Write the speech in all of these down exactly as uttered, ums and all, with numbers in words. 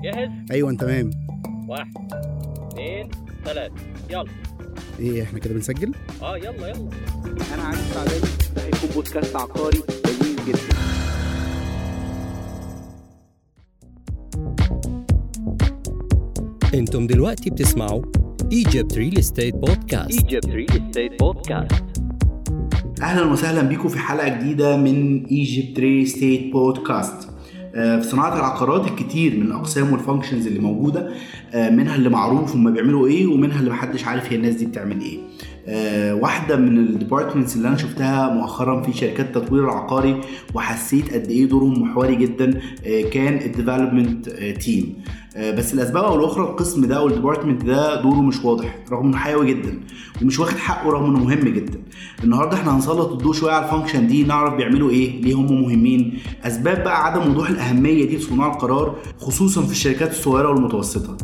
جاهز؟ ايوه تمام. واحد اثنين ثلاثة يلا. ايه احنا كده بنسجل؟ اه يلا يلا. انا عايز سعداني ده هيكون بودكاست عقاري لذيذ جدا. انتم دلوقتي بتسمعوا Egypt Real Estate Podcast. Egypt Real Estate Podcast. اهلا وسهلا بيكم في حلقه جديده من Egypt Real Estate Podcast. في صناعه العقارات الكتير من الاقسام والفانكشنز اللي موجوده، منها اللي معروف هم بيعملوا ايه، ومنها اللي محدش عارف هي الناس دي بتعمل ايه. أه واحده من الديبارتمنتس اللي انا شفتها مؤخرا في شركات التطوير العقاري وحسيت قد ايه دورهم محوري جدا، أه كان الديفلوبمنت تيم. أه بس الاسباب او الاخرى القسم ده او الديبارتمنت ده دوره مش واضح، رغم انه حيوي جدا ومش واخد حقه، رغم انه مهم جدا. النهارده احنا هنسلط الضوء شويه على الفانكشن دي، نعرف بيعملوا ايه، ليه هم مهمين، اسباب بقى عدم وضوح الاهميه دي في صناعه القرار خصوصا في الشركات الصغيره والمتوسطه.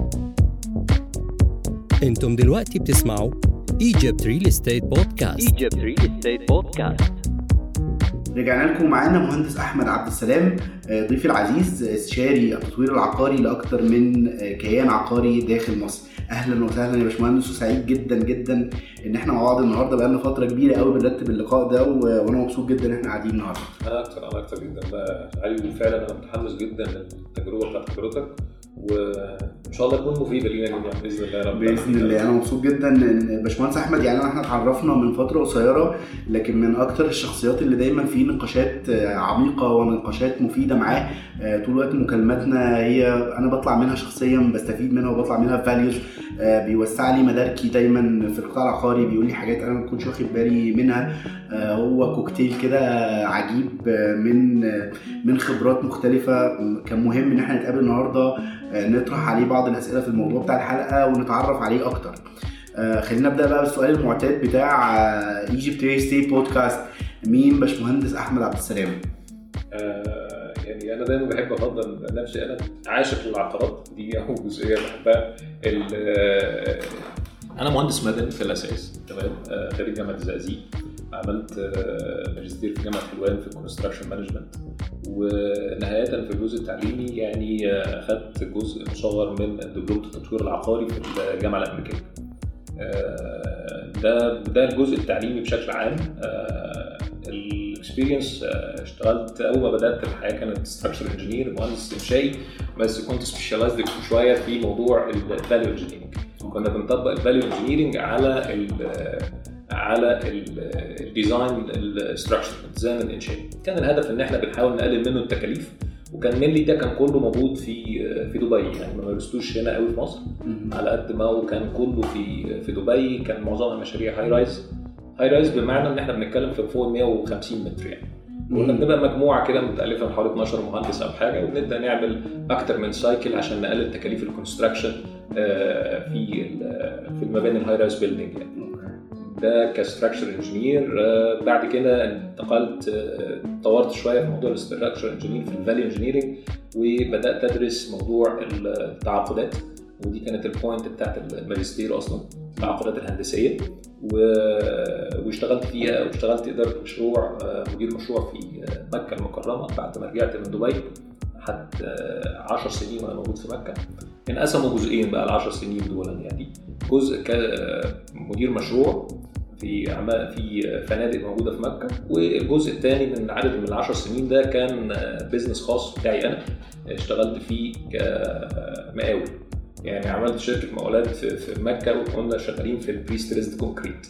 انتم دلوقتي بتسمعوا Egypt Real Estate Podcast. Egypt Real Estate Podcast. رجعنا لكم. معانا مهندس احمد عبد السلام، ضيفي العزيز، استشاري التطوير العقاري لاكثر من كيان عقاري داخل مصر. اهلا وسهلا يا باشمهندس، وسعيد جدا جدا ان احنا مع بعض النهارده. بقالنا فتره كبيره قوي بنرتب اللقاء ده، وانا مبسوط جدا ان احنا قاعدين النهارده. انا اكتر انا اكتر جدا بقى علي، وفعلا انا متحمس جدا للتجربه بتاعت حضرتك، وان شاء الله تكون مفيده لينا جميعا باذن الله رب العالمين. باذن الله. انا مبسوط جدا ان باشمهندس احمد، يعني احنا اتعرفنا من فتره قصيره، لكن من اكتر الشخصيات اللي دايما في نقاشات عميقه ونقاشات مفيده معاه. طول الوقت مكالماتنا هي انا بطلع منها شخصيا بستفيد منها، وبطلع منها فاليوز. بيوسع لي مداركي دايما في القطاع العقاري، بيقول لي حاجات انا ما كنتش واخد بالي منها. هو كوكتيل كده عجيب من من خبرات مختلفه. كان مهم ان احنا نتقابل النهارده، نطرح عليه بعض الاسئله في الموضوع بتاع الحلقه ونتعرف عليه اكتر. خلينا نبدا بقى بالسؤال المعتاد بتاع Egypt Real Estate Podcast. مين باشمهندس احمد عبد السلام؟ آه يعني انا دايما بحب افضل نفسي، انا عاشق للعقارات دي او جزئيه بحبها. انا مهندس مدني في الاساس، تمام، خريج جامعه الزقازيق. عملت ماجستير في جامعه حلوان في الكونستراكشن مانجمنت، ونهايه في الجزء التعليمي يعني اخذت جزء مصغر من دبلومه التطوير العقاري في الجامعه الامريكيه. ده ده الجزء التعليمي بشكل عام. الاكسبيرينس، اشتغلت اول ما بدات الحياه كانت ستراكشر انجينير، مهندس انشائي، بس كنت سبيشالايزد شويه في موضوع الفاليو انجينيرنج. كنا بنطبق الفاليو انجينيرنج على ال على الديزاين الستراكشر، الديزاين الانشائي. كان الهدف ان احنا بنحاول نقلل منه التكاليف، وكان ملي ده كان كله موجود في في دبي، يعني ما مارستوش هنا قوي في مصر على قد ما هو كان كله في في دبي. كان معظمها مشاريع هاي رايز هاي رايز بمعنى ان احنا بنتكلم في فوق مية وخمسين متر، يعني كنا بنبقى مجموعه كده متالفه من حوالي اتناشر مهندس او حاجه، وبنبدا نعمل اكتر من سايكل عشان نقلل تكاليف الكونستراكشن في في المباني الهاي رايز بيلدينج. يعني ده كستراكشر انجينير. بعد كده انتقلت، طورت شويه في موضوع الستراكشر انجينير في الفاليو انجينيرنج، وبدات ادرس موضوع التعاقدات، ودي كانت البوينت بتاعت الماجستير اصلا، التعاقدات الهندسيه. واشتغلت فيها، واشتغلت اداره مشروع، مدير مشروع في مكه المكرمه بعد ما رجعت من دبي. لحد عشر سنين وانا موجود في مكه. انقسموا جزئين بقى العشر سنين دول، يعني جزء كمدير مشروع في اعمال في فنادق موجوده في مكه، والجزء الثاني من عدد من العشر سنين ده كان بيزنس خاص بتاعي انا، اشتغلت فيه كمقاول. يعني عملت شركه مقاولات في مكه، وكنا شغالين في البريستريزد كونكريت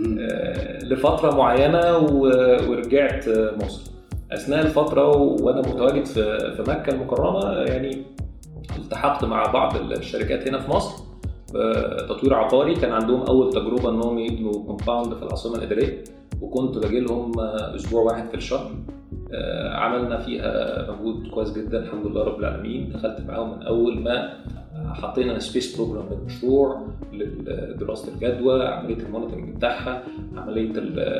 لفتره معينه، ورجعت مصر. اثناء الفتره وانا متواجد في في مكه المكرمه، يعني التحقت مع بعض الشركات هنا في مصر تطوير عقاري. كان عندهم اول تجربه انهم يبنوا كومباوند في العاصمه الاداريه، وكنت باجي لهم اسبوع واحد في الشهر. عملنا فيها مجهود كويس جدا الحمد لله رب العالمين. دخلت معاهم من اول ما حطينا سبيس بروجرام للمشروع، لدراسه الجدوى، عمليه المونيتورنج بتاعها، عمليه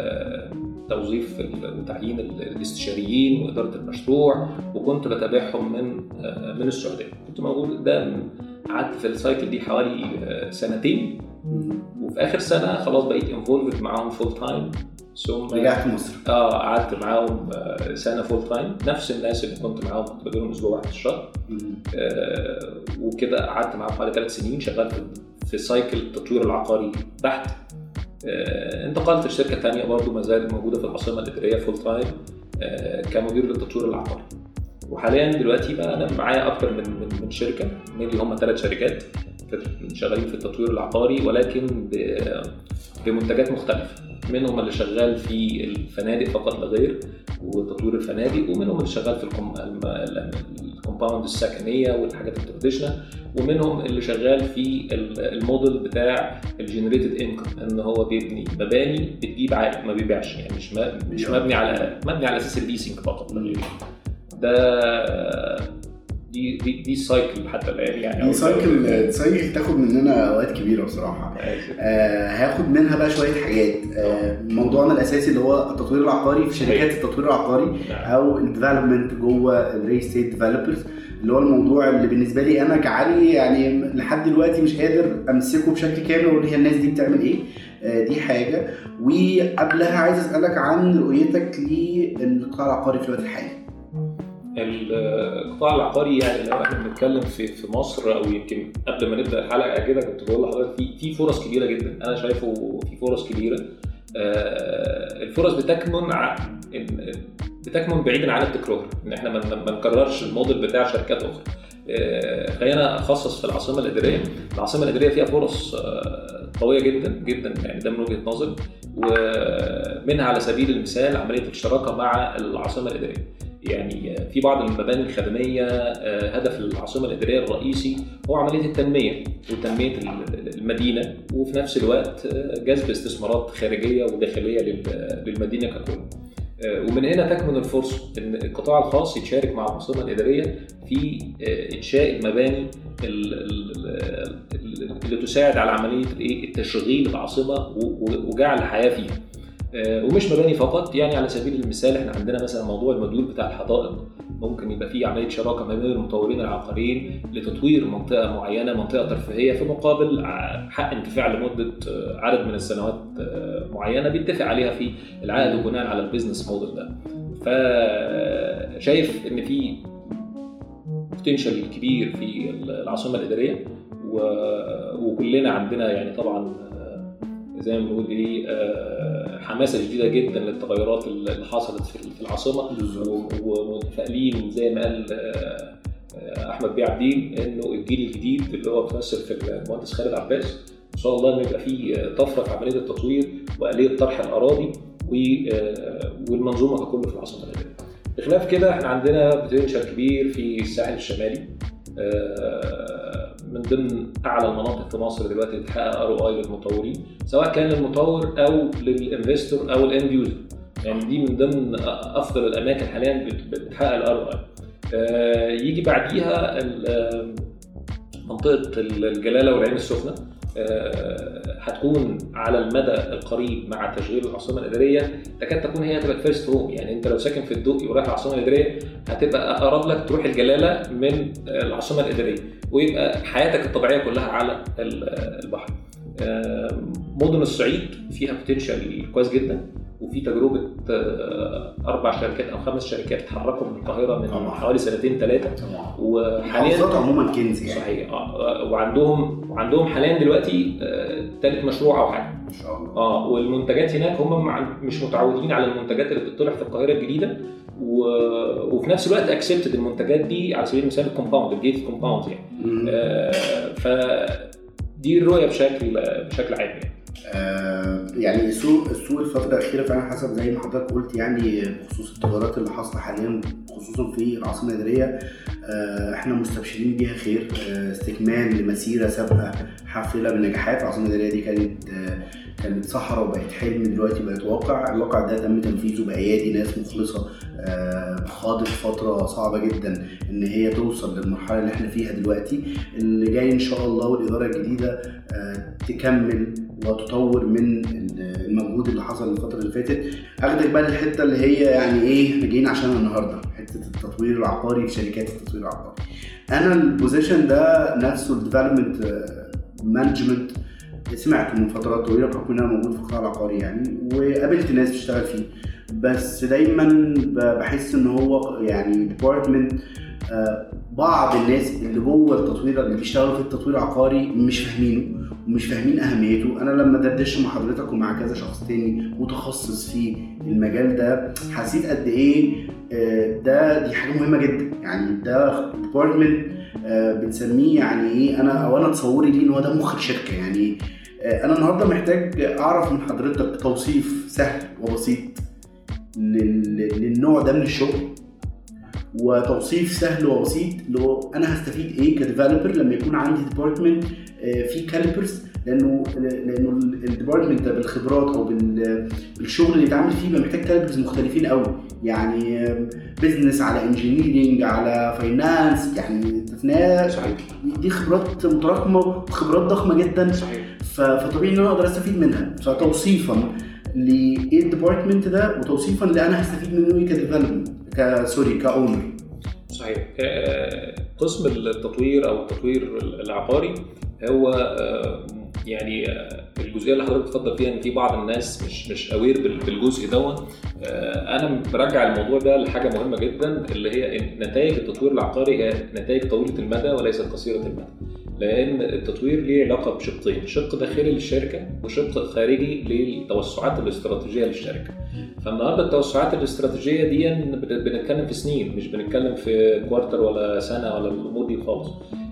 توظيف وتعيين الاستشاريين واداره المشروع، وكنت بتابعهم من من السعوديه. كنت موجود ده، قعدت في السايكل دي حوالي سنتين، وفي اخر سنه خلاص بقيت انفولفد معاهم فول تايم. ثم رجعت مصر. اه قعدت معاهم سنه فول تايم، نفس الناس اللي كنت معاهم كنت بديلهم اسبوع واحد في الشهر. آه وكده قعدت معاهم حوالي ثلاث سنين شغال في في سايكل التطوير العقاري تحت. آه انتقلت لشركه ثانيه برضو ما زالت موجوده في العاصمه الاداريه فول تايم آه كمدير للتطوير العقاري. وحاليا دلوقتي بقى انا معايا اكتر من من, من شركه، مني هم ثلاث شركات شغالين في التطوير العقاري ولكن بمنتجات مختلفه. منهم اللي شغال في الفنادق فقط لا غير وتطوير الفنادق، ومنهم اللي شغال في الكومباوند السكنيه والحاجات التراديشنال، ومنهم اللي شغال في الموديل بتاع الجنريتد انكم، ان هو بيبني مباني بتجيب عائد ما بيبيعش، يعني مش مش مبني على مبني على اساس الليسنج فقط لا غير. ده دي دي دي سايكل حتى الان، يعني دي سايكل سايكل تاخد مننا اوقات كبيره بصراحه. آه هاخد منها بقى شويه حاجات. آه موضوعنا الاساسي اللي هو التطوير العقاري في شركات التطوير العقاري او الديفلوبمنت جوه الريل استيت ديفلوبرز، اللي هو الموضوع اللي بالنسبه لي انا كعلي يعني لحد دلوقتي مش قادر امسكه بشكل كامل واقول هي الناس دي بتعمل ايه. آه دي حاجه. وقبلها عايز اسالك عن رؤيتك للقطاع العقاري في الوقت الحالي. القطاع العقاري يعني لو احنا بنتكلم في في مصر، او يمكن قبل ما نبدا الحلقه كده كنت بقول لحضرتك في في فرص كبيره جدا، انا شايفه في فرص كبيره. الفرص بتكمن بتكمن بعيدا عن التكرار، ان احنا ما نكررش الموديل بتاع شركات اخرى. خلينا اخصص في العاصمه الاداريه. العاصمه الاداريه فيها فرص قويه جدا جدا، يعني ده من وجهه نظري، ومنها على سبيل المثال عمليه الشراكه مع العاصمه الاداريه. يعني في بعض المباني الخدميه هدف العاصمه الاداريه الرئيسي هو عمليه التنميه وتنميه المدينه، وفي نفس الوقت جذب استثمارات خارجيه وداخليه للمدينه ككل. ومن هنا تكمن الفرصه ان القطاع الخاص يتشارك مع العاصمه الاداريه في انشاء المباني اللي تساعد على عمليه التشغيل العاصمه وجعل الحياه فيها. ومش مباني فقط، يعني على سبيل المثال احنا عندنا مثلا موضوع الموديول بتاع الحدائق، ممكن يبقى فيه عمليه شراكه ما بين المطورين العقاريين لتطوير منطقه معينه، منطقه ترفيهيه، في مقابل حق انتفاع لمده عدد من السنوات معينه بيتفق عليها في العقد بناء على البيزنس موديل ده. فشايف ان في بوتنشال كبير في العاصمه الاداريه، وكلنا عندنا يعني طبعا زي ما بنقول ايه حماسه شديده جدا للتغيرات اللي حصلت في العاصمه، ومتفائلين زي ما قال احمد بيه عبدين انه الجيل الجديد اللي هو بيمثل في المهندس خالد عباس ان شاء الله انه يبقى فيه طفره في عمليه التطوير واليه طرح الاراضي والمنظومه ككل في العاصمه الاداريه. بخلاف كده احنا عندنا بوتنشال كبير في الساحل الشمالي، من ضمن اعلى المناطق في مصر دلوقتي اللي بتحقق ار او اي للمطورين، سواء كان للمطور او للانفستور او الاند يوزر. يعني دي من ضمن افضل الاماكن حاليا بتحقق الار او اي. يجي بعديها منطقه الجلاله والعين السخنه، هتكون على المدى القريب مع تشغيل العاصمه الاداريه تكاد تكون هي هتبقى الفيرست هوم. يعني انت لو ساكن في الدقي ورايح العاصمه الاداريه هتبقى اقرب لك تروح الجلاله من العاصمه الاداريه، ويبقى حياتك الطبيعيه كلها على البحر. مدن الصعيد فيها بوتنشال كويس جدا، وفي تجربه اربع شركات او خمس شركات اتحركوا من القاهره من طبعا. حوالي سنتين ثلاثه، وحاليا عموما كنز يعني. صحيح. اه وعندهم وعندهم حاليا دلوقتي ثالث مشروع او حاجه ان شاء الله. اه والمنتجات هناك هم مش متعودين على المنتجات اللي بتطرح في القاهره الجديده، و... وفي نفس الوقت اكسبتد المنتجات دي على سبيل المثال الكومباوند الجيت كومباوند يعني. آه فدي الرؤيه بشكل بشكل عام يعني. آه يعني السوق السوق الفتره الاخيره فعلا حسب زي ما حضرتك قلت، يعني بخصوص التغيرات اللي حاصله حاليا خصوصا في العاصمه الاداريه، آه احنا مستبشرين بيها خير. آه استكمال لمسيره سابقه حافله بالنجاحات. العاصمه الاداريه دي كانت آه كانت صحراء وبقت حلم، دلوقتي بقت واقع. الواقع ده تم تنفيذه بايادي ناس مخلصه، آه خاضت فتره صعبه جدا ان هي توصل للمرحله اللي احنا فيها دلوقتي. اللي جاي ان شاء الله والاداره الجديده آه تكمل وتطور من المجهود اللي حصل الفتره اللي فاتت. اخدك بقى للحته اللي هي يعني ايه احنا جايين عشان النهارده، حته التطوير العقاري في شركات التطوير العقاري. انا البوزيشن ده نفسه الديفلوبمنت مانجمنت سمعته من فترات طويله بحكم ان انا موجود في القطاع العقاري يعني، وقابلت ناس بتشتغل فيه، بس دايما بحس ان هو يعني ديبارتمنت بعض الناس اللي جوه التطوير اللي بيشتغلوا في التطوير العقاري مش فاهمينه ومش فاهمين اهميته. انا لما دردشت مع حضرتك ومع كذا شخص تاني متخصص في المجال ده حسيت قد ايه ده دي حاجه مهمه جدا. يعني ده ديبارتمنت بنسميه يعني ايه، انا او انا تصوري ليه ان هو ده مخ الشركه. يعني انا النهارده محتاج اعرف من حضرتك توصيف سهل وبسيط للنوع ده من الشغل، وتوصيف سهل وبسيط لو انا هستفيد ايه كديفلوبر لما يكون عندي ديبارتمنت فيه كاليبرز، لانه لانه الديبارتمنت ده بالخبرات او بالشغل اللي اتعمل فيه بقى محتاج كاليبرز مختلفين قوي. يعني بيزنس على انجينيرنج على فاينانس، يعني صحيح دي خبرات متراكمه وخبرات ضخمه جدا. صحيح. فطبيعي ان انا اقدر استفيد منها. فتوصيفا لايه الديبارتمنت ده وتوصيفا اللي انا هستفيد منه ايه كديفلوبمنت كسوري كاونر. صحيح. قسم التطوير او التطوير العقاري هو يعني الجزئيه اللي حضرتك بتفضل فيها ان في بعض الناس مش مش اوير بالجزء دوت. انا برجع الموضوع ده لحاجه مهمه جدا اللي هي نتائج التطوير العقاري هي نتائج طويله المدى وليست قصيره المدى، لان التطوير ليه علاقه بشقين، شق داخلي للشركه وشق خارجي للتوسعات الاستراتيجيه للشركه. فالنهارده التوسعات الاستراتيجيه دي بنتكلم في سنين، مش بنتكلم في كوارتر ولا سنه ولا الامور دي خالص.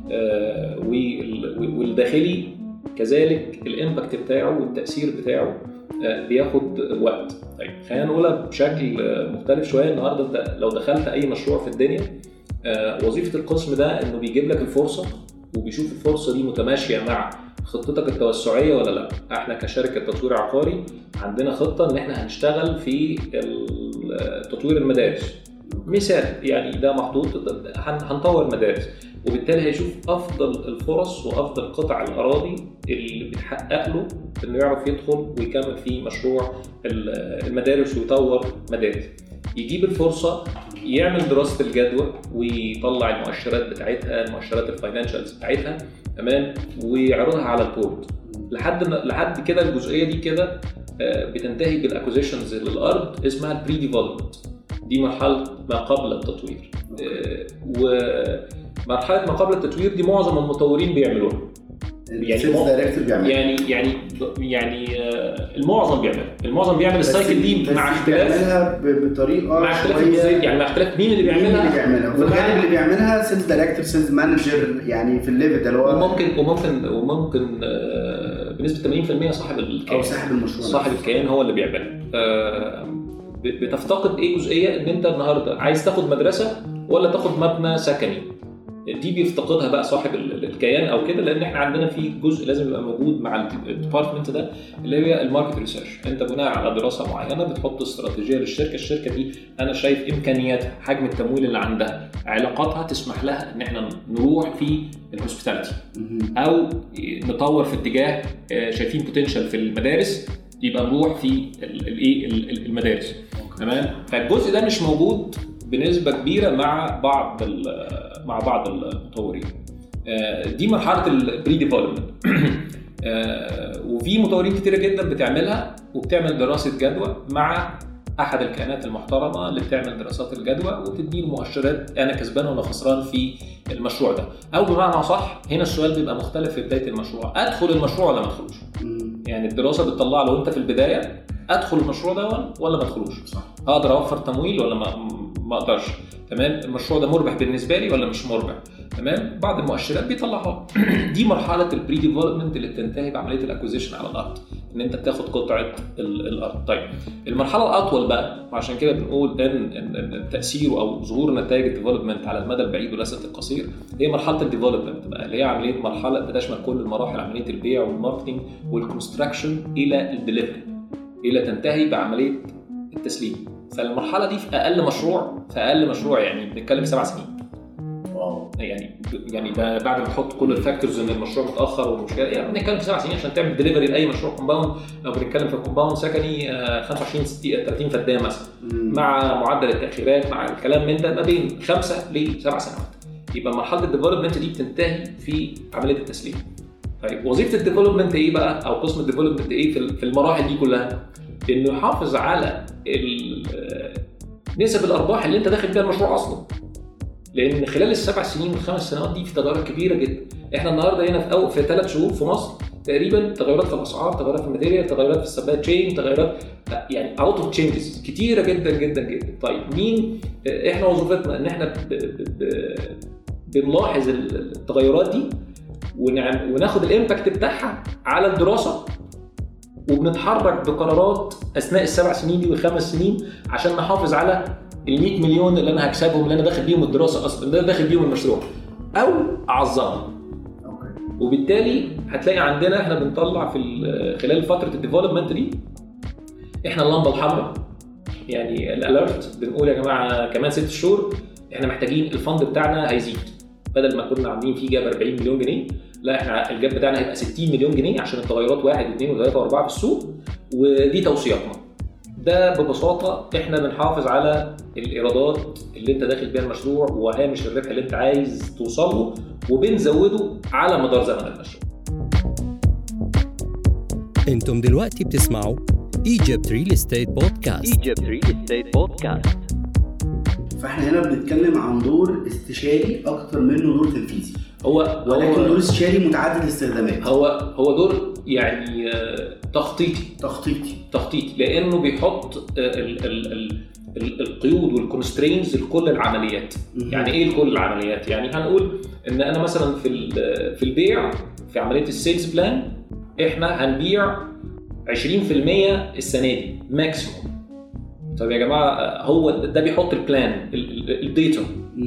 والداخلي كذلك الامباكت بتاعه والتاثير بتاعه بياخد وقت. طيب خلينا نقولها بشكل مختلف شويه. النهارده انت لو دخلت اي مشروع في الدنيا، وظيفه القسم ده انه بيجيب لك الفرصه وبيشوف الفرصه دي متماشيه مع خطتك التوسعيه ولا لا. احنا كشركه تطوير عقاري عندنا خطه ان احنا هنشتغل في تطوير المدارس مثال، يعني ده محطوط هنطور مدارس، وبالتالي هيشوف افضل الفرص وافضل قطع الاراضي اللي بتحقق له انه يعرف يدخل ويكمل في مشروع المدارس ويطور مدارس. يجيب الفرصه يعمل دراسه الجدوى ويطلع المؤشرات بتاعتها، المؤشرات الفاينانشالز بتاعتها تمام، ويعرضها على البورد. لحد لحد كده الجزئيه دي كده بتنتهي بالاكوزيشنز للارض اسمها البري ديفلوبمنت. دي مرحله ما قبل التطوير. ومرحله ما قبل التطوير دي معظم المطورين بيعملوها. يعني يعني يعني يعني يعني المعظم بيعمل المعظم بيعمل السايكل دي مع اختلاف بطريقه مع اختلاف يعني مع اختلاف مين اللي بيعملها اللي بيعملها والغالب اللي بيعملها سيلز دايركتور سيلز مانجر يعني في الليفل ده اللي هو وممكن وممكن وممكن بنسبه ثمانين بالمية صاحب الكيان او صاحب المشروع صاحب الكيان هو اللي بيعملها. بتفتقد ايه جزئيه ان انت النهارده عايز تاخد مدرسه ولا تاخد مبنى سكني. دي بيفتقدها بقى صاحب الكيان او كده، لان احنا عندنا في جزء لازم يبقى موجود مع الديبارتمنت ده اللي هي الماركت ريسيرش. انت بناء على دراسه معينه بتحط استراتيجيه للشركه، الشركه دي انا شايف امكانياتها، حجم التمويل اللي عندها، علاقاتها تسمح لها ان احنا نروح في الهوسبيتاليتي او نطور في اتجاه شايفين بوتنشال في المدارس يبقى نروح في الايه المدارس تمام. فالجزء ده مش موجود بنسبه كبيره مع بعض مع بعض المطورين. دي مرحله البري ديفلوبمنت. وفي مطورين كتيره جدا بتعملها وبتعمل دراسه جدوى مع احد الكيانات المحترمه اللي بتعمل دراسات الجدوى وتدي مؤشرات انا كسبان ولا خسران في المشروع ده. او بمعنى صح هنا السؤال بيبقى مختلف في بدايه المشروع، ادخل المشروع ولا ما ادخلوش. يعني الدراسه بتطلع له انت في البدايه ادخل المشروع ده ولا ما ادخلوش، اقدر اوفر تمويل ولا ما ما اقدرش تمام، المشروع ده مربح بالنسبه لي ولا مش مربح تمام. بعض المؤشرات بيطلعها. دي مرحله البري ديفلوبمنت اللي بتنتهي بعمليه الاكوزيشن على الارض، ان انت بتاخد قطعه الارض. طيب المرحله الاطول بقى، وعشان كده بنقول ان التاثير او ظهور نتائج الديفلوبمنت على المدى البعيد وليس القصير هي مرحله الديفلوبمنت بقى، اللي هي عمليه مرحله بتشمل كل المراحل، عمليه البيع والماركتنج والكونستراكشن الى الدليفري، الى تنتهي بعمليه التسليم. فالمرحله دي في اقل مشروع في اقل مشروع يعني بنتكلم سبع سنين. واو. يعني يعني ده بعد ما تحط كل الفاكتورز ان المشروع متاخر والمشكله، يعني بنتكلم في سبع سنين عشان تعمل ديليفري لاي مشروع كومباوند. لو بنتكلم في كومباوند سكني خمسة وعشرين ثلاثين فدان مثلا، مع معدل التاخيرات مع الكلام من ده ما بين خمسة لسبع سنوات. يبقى مرحله الديفلوبمنت دي بتنتهي في عمليه التسليم. طيب وظيفه الديفلوبمنت ايه بقى، او قسم الديفلوبمنت ايه في المراحل دي كلها؟ انه يحافظ على نسب الارباح اللي انت داخل بيها المشروع اصلا، لان خلال السبع سنين والخمس سنوات دي في تغيرات كبيره جدا. احنا النهارده هنا في أو في ثلاث شهور في مصر تقريبا تغيرات في الاسعار، تغيرات في الماتيريال، تغيرات في السبلاي تشين، تغيرات يعني اوت اوف تشينجز كتيره جدا جدا جدا. طيب مين احنا وظيفتنا؟ ان احنا ب ب ب بنلاحظ التغيرات دي وناخد الامباكت بتاعها على الدراسه، وبنتحرك بقرارات اثناء السبع سنين دي والخمس سنين عشان نحافظ على ال مية مليون اللي انا هكسبهم، اللي انا داخل بيهم الدراسه اصلا، ده داخل بيهم المشروع، او اعظمهم. وبالتالي هتلاقي عندنا احنا بنطلع في خلال فتره الديفلوبمنت دي احنا اللمبه الحمراء، يعني الاليرت، بنقول يا جماعه كمان ست شهور احنا محتاجين الفند بتاعنا هيزيد، بدل ما كنا عاملين فيه جاب أربعين مليون جنيه، لا احنا الجاب بتاعنا هيبقى ستين مليون جنيه عشان التغيرات واحد واثنين وثلاثه واربعه في السوق، ودي توصياتنا. ده ببساطه احنا بنحافظ على الايرادات اللي انت داخل بيها المشروع وهامش الربح اللي انت عايز توصل له، وبنزوده على مدار زمن المشروع. انتم دلوقتي بتسمعوا Egypt Real Estate Podcast. Egypt Real Estate Podcast. فاحنا هنا بنتكلم عن دور استشاري اكتر منه دور تنفيذي. هو ولكن دور استشاري متعدد الاستخدامات. هو هو دور يعني تخطيطي تخطيطي تخطيطي لانه بيحط ال ال ال القيود والكونسترينز لكل العمليات. يعني ايه لكل العمليات؟ يعني هنقول ان انا مثلا في في البيع، في عمليه السيلز بلان احنا هنبيع عشرين في المية السنه دي ماكسيموم. طب يا جماعه هو ده بيحط البلان الداتا،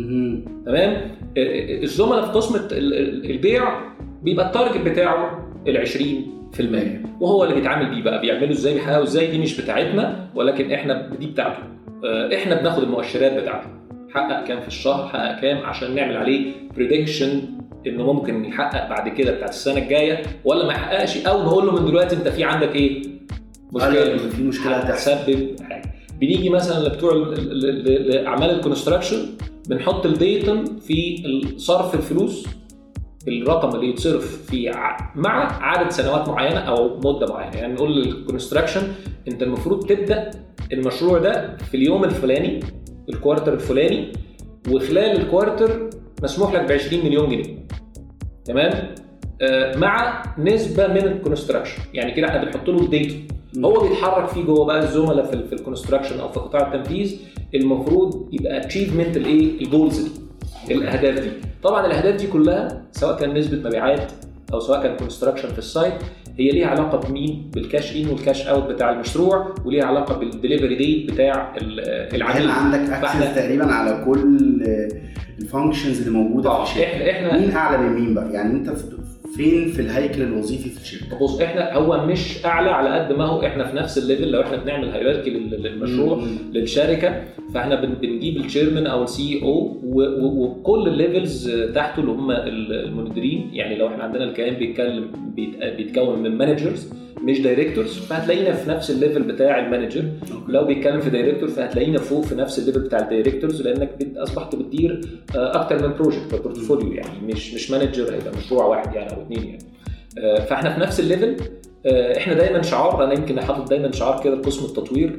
تمام. الزملاء في قسم البيع بيبقى التارجت بتاعه ال عشرين في المية، وهو اللي بيتعامل بيه بقى، بيعملوا ازاي، بيحققوا ازاي، دي مش بتاعتنا ولكن احنا دي بتاعته. احنا بناخد المؤشرات بتاعته، حقق كام في الشهر، حقق كام، عشان نعمل عليه بريدكشن انه ممكن يحقق بعد كده بتاعت السنه الجايه ولا ما يحققش، او نقول له من دلوقتي انت في عندك ايه مشكله، في مشكله هتسبب حاجه. بنيجي مثلا لبتوع اعمال الكونستراكشن بنحط الديتا في صرف الفلوس، الرقم اللي يتصرف في مع عدد سنوات معينه او مده معينه. يعني نقول للكونستراكشن انت المفروض تبدا المشروع ده في اليوم الفلاني، الكوارتر الفلاني، وخلال الكوارتر مسموح لك ب عشرين مليون جنيه، تمام، آه مع نسبه من الكونستراكشن. يعني كده احنا بنحط له الديتا، هو بيتحرك فيه جوه بقى الزملاء في في الكونستراكشن او في قطاع التنفيذ، المفروض يبقى اتشيفمنت الايه الجولز دي، الاهداف دي. طبعا الاهداف دي كلها سواء كان نسبه مبيعات او سواء كان كونستراكشن في السايت، هي ليها علاقه بمين؟ بالكاش ان والكاش اوت بتاع المشروع، وليها علاقه بالدليفري ديت بتاع العميل. هل عندك اكسس تقريبا على كل الفانكشنز اللي موجوده في الشركه؟ احنا احنا مين اعلى من مين بقى؟ يعني انت فين في الهيكل الوظيفي في الشركه؟ بص احنا هو مش اعلى على قد ما هو احنا في نفس الليفل. لو احنا بنعمل هيراركي للمشروع مم. للشركه، فاحنا بنجيب الشيرمان او السي او وكل الليفلز تحته اللي هم المديرين. يعني لو احنا عندنا الكيان بيتكلم بيتكون من مانجرز مش دايركتورز، فهتلاقينا في نفس الليفل بتاع المانجر. لو بيتكلم في دايركتور فهتلاقينا فوق في نفس الليفل بتاع الدايركتورز، لانك اصبحت بتدير اكتر من بروجكت او بورتفوليو، يعني مش مش مانجر هيبقى مشروع واحد يعني او اثنين يعني. فاحنا في نفس الليفل. احنا دايما شعار، انا يمكن حاطط دايما شعار كده لقسم التطوير،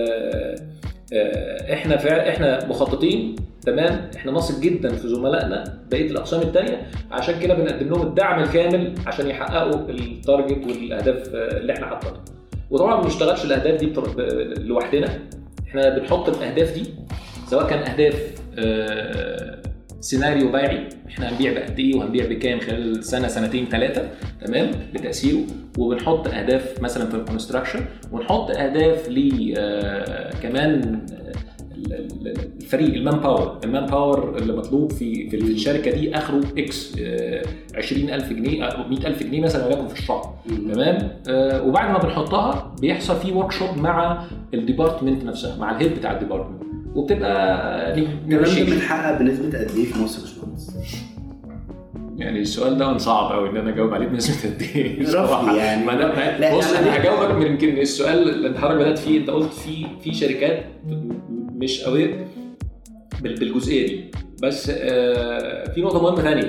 احنا فعلا احنا مخططين، تمام، احنا نثق جدا في زملائنا بقيه الاقسام الثانيه، عشان كده بنقدم لهم الدعم الكامل عشان يحققوا التارجت والاهداف اللي احنا حاطينها. وطبعا ما بنشتغلش الاهداف دي لوحدنا، احنا بنحط الاهداف دي سواء كان اهداف سيناريو بيعي، احنا هنبيع بقد ايه وهنبيع بكام خلال سنه سنتين ثلاثه، تمام، بتاثيره. وبنحط اهداف مثلا في الكونستراكشن، ونحط اهداف ل كمان الفريق المان باور المان باور اللي مطلوب في في الشركه دي اخره اكس عشرين ألف جنيه او مئة ألف جنيه مثلا ولكن في الشهر، تمام. وبعد ما بنحطها بيحصل فيه ورك شوب مع الديبارتمنت نفسها، مع الهيد بتاع الديبارتمنت، وبتبقى الكلام ده بنحقق بنسبه قد ايه في مصر يا باشمهندس؟ يعني السؤال ده صعب قوي ان انا اجاوب عليه بنسبه قد ايه صراحه. يعني ما انا بص انا هجاوبك من يمكن السؤال اللي حضرتك بدات فيه، انت قلت في في شركات مش قويه بالجزئيه دي، بس آه في نقطه مهمه ثانيه.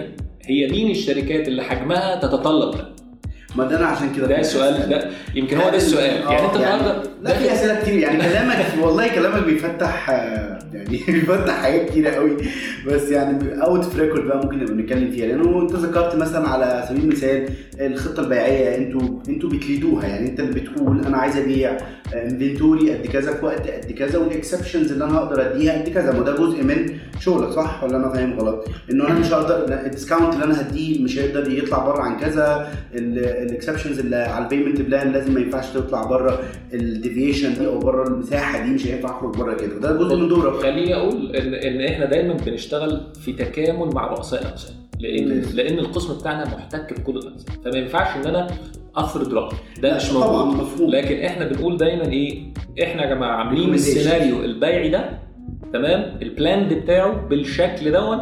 هي مين الشركات اللي حجمها تتطلب ده؟ ما ده انا عشان كده ده السؤال ده يمكن هو ده السؤال. يعني انت النهارده لا في اسئله كتير يعني كلامك والله كلامك بيفتح يعني بيفتح حاجات كتيره قوي بس يعني اوت اوف ريكورد بقى ممكن نبقى نتكلم فيها لانه انت ذكرت مثلا على سبيل المثال الخطه البيعيه انتوا انتوا بتليدوها يعني انت اللي بتقول انا عايز ابيع انفنتوري قد كذا في وقت قد كذا والاكسبشنز اللي انا هقدر اديها قد كذا. ما ده جزء من شغلك صح ولا انا فاهم غلط؟ انه انا مش هقدر الديسكاونت اللي انا هديه مش هيقدر يطلع بره عن كذا الاكسبشنز اللي على البيمنت بلان لازم ما ينفعش تطلع بره الديفيشن دي او بره المساحه دي مش هينفع اخرج بره كده. ده جزء من دورك. خليني اقول ان ان احنا دايما بنشتغل في تكامل مع رؤساء الاقسام لان لان القسم بتاعنا محتك بكل الاقسام فما ينفعش ان انا افرض راي ده مش موجود. لكن احنا بنقول دايما ايه احنا يا جماعه عاملين السيناريو البيعي ده تمام البلان بتاعه بالشكل دون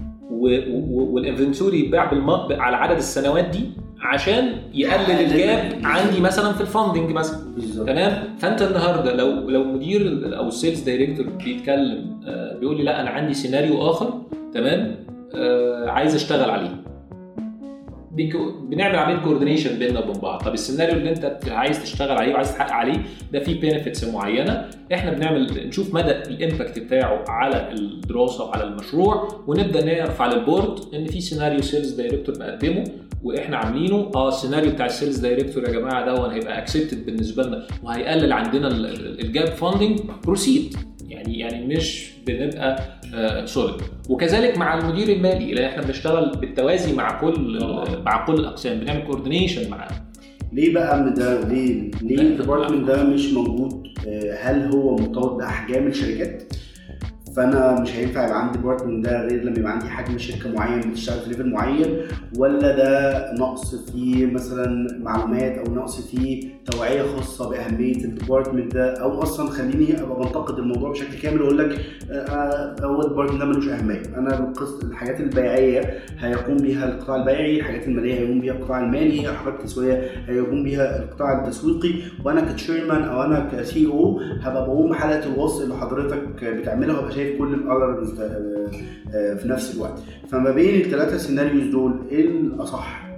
والانفنتوري يتباع على عدد السنوات دي عشان يقلل الجاب عندي مثلا في الفاندنج مثلا تمام. فانت النهارده لو لو مدير او السيلز دايركتور بيتكلم آه بيقول لي لا انا عندي سيناريو اخر تمام آه عايز اشتغل عليه بنعمل عمليه كوردينيشن بيننا وبين بعض. طب السيناريو اللي انت عايز تشتغل عليه وعايز تحقق عليه ده فيه بينيفيتس معينه احنا بنعمل نشوف مدى الامباكت بتاعه على الدراسه وعلى المشروع ونبدا نرفع للبورد ان في سيناريو سيلز دايركتور مقدمه واحنا عاملينه اه السيناريو بتاع السيلز دايركتور يا جماعه ده هيبقى اكسبتد بالنسبه لنا وهيقلل عندنا الجاب فاندنج بروسيد يعني يعني مش بنبقى آه سوليد. وكذلك مع المدير المالي اللي احنا بنشتغل بالتوازي مع كل مع كل الاقسام بنعمل كوردينيشن معاه. ليه بقى من ده ليه ليه الديبارتمنت ده مش موجود؟ هل هو مرتبط باحجام الشركات؟ فانا مش هينفع يبقى عندي ديبارتمنت ده غير لما يبقى عندي حجم شركه معين بتشتغل في ليفل معين ولا ده نقص في مثلا معلومات او نقص في توعيه خاصه باهميه الديبارتمنت ده او اصلا خليني ابقى بنتقد الموضوع بشكل كامل واقول لك هو الديبارتمنت ده ملوش اهميه. انا الحاجات البيعيه هيقوم بيها القطاع البيعي الحاجات الماليه هيقوم بيها القطاع المالي الحاجات التسويقيه هيقوم بيها القطاع التسويقي وانا كتشيرمان او انا كسي او هبقى بقوم حلقه الوصل اللي حضرتك بتعملها وابقى شايف كل الالرز في نفس الوقت. فما بين الثلاثه سيناريوز دول ايه الاصح؟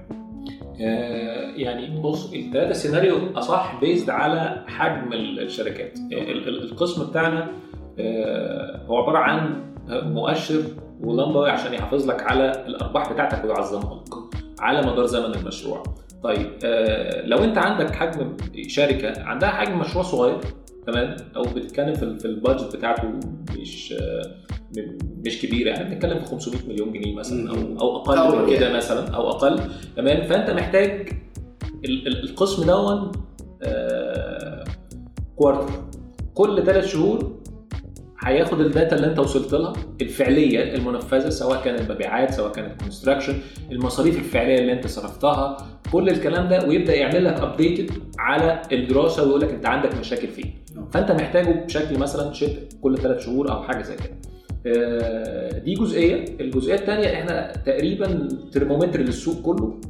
آه يعني بص الثلاثه سيناريو اصح بيزد على حجم الشركات. القسم بتاعنا آه هو عباره عن مؤشر ولمبه عشان يحافظ لك على الارباح بتاعتك ويعظمها لك على مدار زمن المشروع. طيب آه لو انت عندك حجم شركه عندها حجم مشروع صغير تمام او بتتكلم في البادجت بتاعته مش مش كبيره يعني بنتكلم في خمسمية مليون جنيه مثلا او او اقل من كده مثلا او اقل تمام. فانت محتاج القسم دون آه كوارتر كل ثلاث شهور هياخد الداتا اللي انت وصلت لها الفعليه المنفذه سواء كانت مبيعات سواء كانت كونستراكشن المصاريف الفعليه اللي انت صرفتها كل الكلام ده ويبدا يعمل لك ابديتد على الدراسه ويقول لك انت عندك مشاكل فين فانت محتاجه بشكل مثلا شيت كل ثلاث شهور او حاجه زي كده. دي جزئيه. الجزئيه الثانيه احنا تقريبا ترمومتر للسوق كله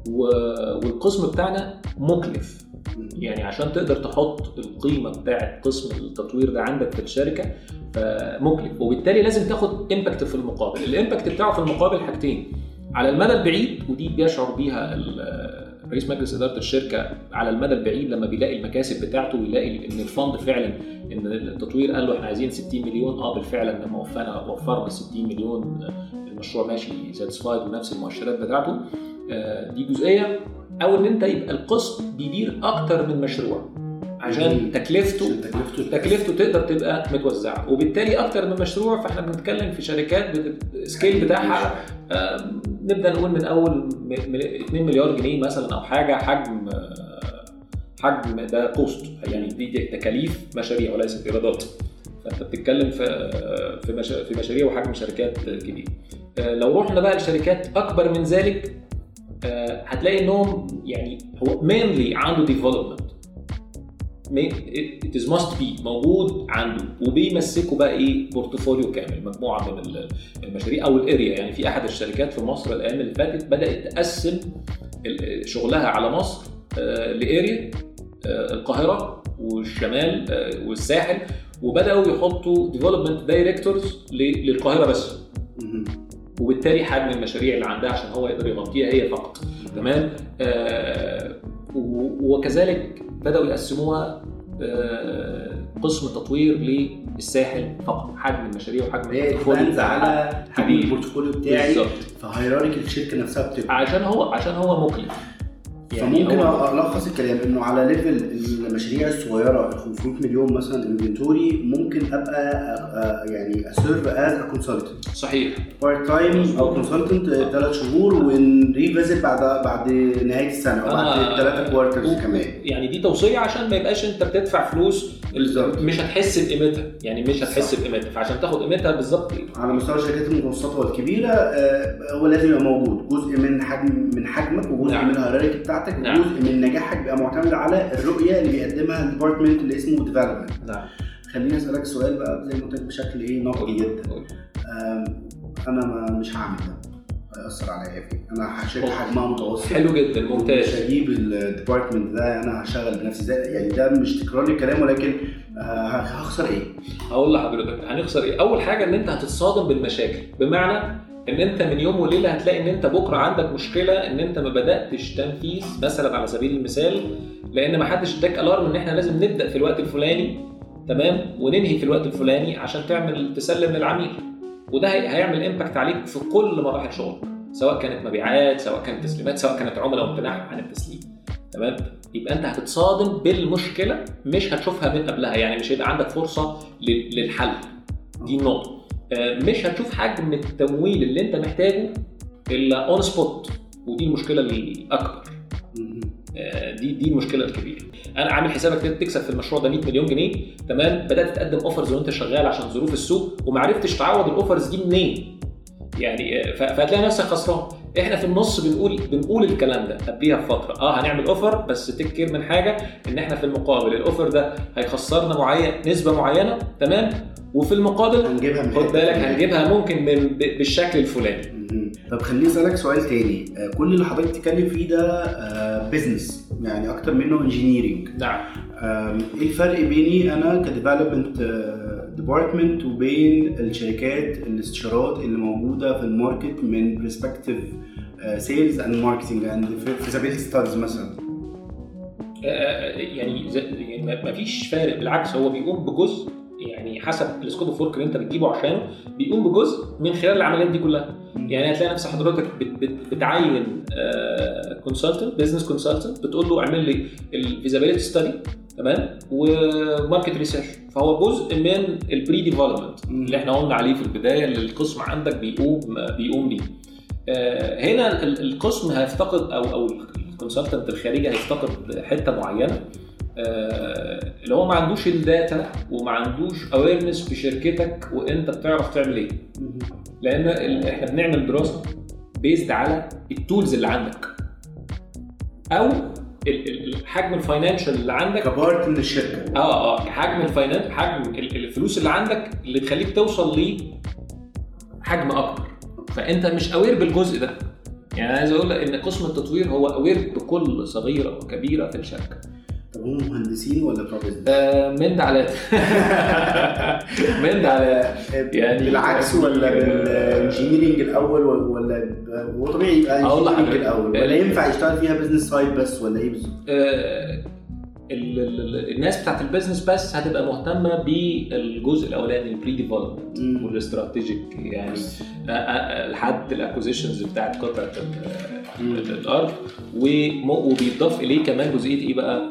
والقسم بتاعنا مكلف يعني عشان تقدر تحط القيمه بتاعه قسم التطوير ده عندك في الشركه فمكلف وبالتالي لازم تاخد امباكت في المقابل. الامباكت بتاعه في المقابل حاجتين على المدى البعيد ودي بيشعر بيها رئيس مجلس اداره الشركه على المدى البعيد لما بيلاقي المكاسب بتاعته ويلاقي ان الفند فعلا ان التطوير قال له احنا عايزين ستين مليون اه بالفعل لما وفرنا وفرنا ستين مليون المشروع ماشي ساتسفايد بنفس المؤشرات بتاعته. دي جزئيه او ان انت يبقى القسم بيدير اكتر من مشروع عشان تكلفته تكلفته تقدر تبقى متوزعه وبالتالي اكتر من مشروع. فاحنا بنتكلم في شركات السكيل بتاعها نبدا نقول من اول اتنين مليار جنيه مثلا او حاجه حجم حجم ده كوست يعني دي تكاليف مشاريع وليست ايرادات. فانت بتتكلم في في في مشاريع وحجم شركات كبير. لو رحنا بقى لشركات اكبر من ذلك هتلاقي انهم يعني هو mainly عنده development it is must be موجود عنده وبيمسكوا بقى ايه بورتفوليو كامل مجموعه من المشاريع او الاريا. يعني في احد الشركات في مصر الايام اللي فاتت بدات تقسم شغلها على مصر لاريا القاهره والشمال والساحل وبداوا يحطوا development directors للقاهره بس وبالتالي حجم المشاريع اللي عندها عشان هو يقدر يغطيها هي فقط. تمام. آه وكذلك بدأوا يقسموها آه قسم تطوير للساحل فقط، حجم المشاريع وحجم البورتفوليو على حجم البورتفوليو بتاعي، فهيراركي الشركه نفسها بتبقى عشان هو عشان هو مكلف. يعني فممكن الخص الكلام انه على ليفل المشاريع الصغيره خمسمية مليون مثلا انفنتوري ممكن ابقى يعني اسيرف از كونسلتنت. صحيح. بارت تايم او كونسلتنت ثلاث شهور ونريفيزيت بعد بعد نهايه السنه او بعد ثلاثه كوارترز كمان. يعني دي توصيه عشان ما يبقاش انت بتدفع فلوس مش هتحس بقيمتها، يعني مش هتحس بقيمتها، فعشان تاخد قيمتها بالظبط على مستوى الشركات المتوسطه والكبيره هو لازم يبقى موجود جزء من حجم من حجمك وجزء نعم. من الهيراركي بتاعتك نعم. وجزء من نجاحك بيبقى معتمد على الرؤيه اللي بيقدمها الديبارتمنت اللي اسمه ديفلوبمنت. نعم. خليني اسالك سؤال بقى زي ما قلت بشكل ايه نقدي جدا. انا ما مش هعمل ده هيأثر عليا فيه، انا هشركه حجمها متوسط. حلو جدا ممتاز. مش هجيب الديبارتمنت ده انا هشغل بنفسي زي يعني ده مش تكرار الكلام ولكن هخسر ايه؟ هقول لحضرتك هنخسر ايه. اول حاجه ان انت هتتصادم بالمشاكل، بمعنى ان انت من يوم وليله هتلاقي ان انت بكره عندك مشكله ان انت ما بداتش تنفيذ مثلا على سبيل المثال، لان ما حدش اداك الارم ان احنا لازم نبدا في الوقت الفلاني تمام وننهي في الوقت الفلاني عشان تعمل تسلم للعميل، وده هيعمل امباكت عليك في كل مراحل شغلك، سواء كانت مبيعات سواء كانت تسليمات سواء كانت عملاء وامتناع عن التسليم. تمام. يبقى انت هتتصادم بالمشكله مش هتشوفها من قبلها، يعني مش هيبقى عندك فرصه للحل. دي النقطه. مش هتشوف حجم التمويل اللي انت محتاجه الا اون سبوت، ودي المشكله الاكبر. دي دي المشكله الكبيره. انا عامل حسابك تكسب في المشروع ده مية مليون جنيه تمام، بدات تقدم اوفرز وانت شغال عشان ظروف السوق وما عرفتش تعوض الاوفرز دي منين، يعني فهتلاقي نفسك خسران. احنا في النص بنقول بنقول الكلام ده قبليها بفتره، اه هنعمل اوفر بس تكير من حاجه ان احنا في المقابل الاوفر ده هيخسرنا معين نسبه معينه تمام، وفي المقابل هنجيبها خد بالك هنجيبها ممكن من بالشكل الفلاني. طب خليني اسالك سؤال تاني، كل اللي حضرتك بتتكلم فيه ده بيزنس يعني اكتر منه انجينيرنج. نعم. ايه الفرق بيني انا كديفلوبمنت ديبارتمنت وبين الشركات الاستشارات اللي موجوده في الماركت من برسبكتيف سيلز اند ماركتنج اند فيزابيلتي ستاديز مثلا؟ يعني ما فيش فارق، بالعكس هو بيقوم بجزء يعني حسب السكوب اوف ورك اللي انت بتجيبه عشانه، بيقوم بجزء من خلال العمليات دي كلها. يعني هتلاقي نفس حضرتك بتعين كونسلتنت بزنس كونسلتنت بتقول له اعمل لي الفيزابيلتي ستادي تمام وماركت ريسيرش، فهو جزء من البري ديفلوبمنت اللي احنا قلنا عليه في البدايه اللي القسم عندك بيقوم بيقوم بيه. هنا القسم هيفتقد او او الكونسلتنت الخارجي هيفتقد حته معينه اللي هو ما عندوش الداتا وما عندوش اويرنس في شركتك وانت بتعرف تعمل ايه، لان احنا بنعمل دراسه بيزد على التولز اللي عندك او الحجم الفاينانشال اللي عندك كبارت من الشركه. اه اه حجم الفاينانس حجم الفلوس اللي عندك اللي تخليك توصل لحجم اكبر، فانت مش اوير بالجزء ده. يعني انا عايز اقول لك ان قسم التطوير هو اوير بكل صغيره وكبيره في الشركه. طب هم مهندسين ولا بتوع بيزنس؟ آه من ده على من ده على يعني بالعكس ولا بالانجينيرنج الاول ولا هو طبيعي يبقى انجينيرنج الاول ولا ينفع يشتغل فيها بزنس سايد بس ولا ايه بالظبط؟ آه الناس بتاعت البيزنس بس هتبقى مهتمه بالجزء الاولاني البري ديفلوبمنت والاستراتيجيك، يعني لحد الاكوزيشنز بتاعت قطعه الارض، وبيضاف اليه كمان جزئيه ايه بقى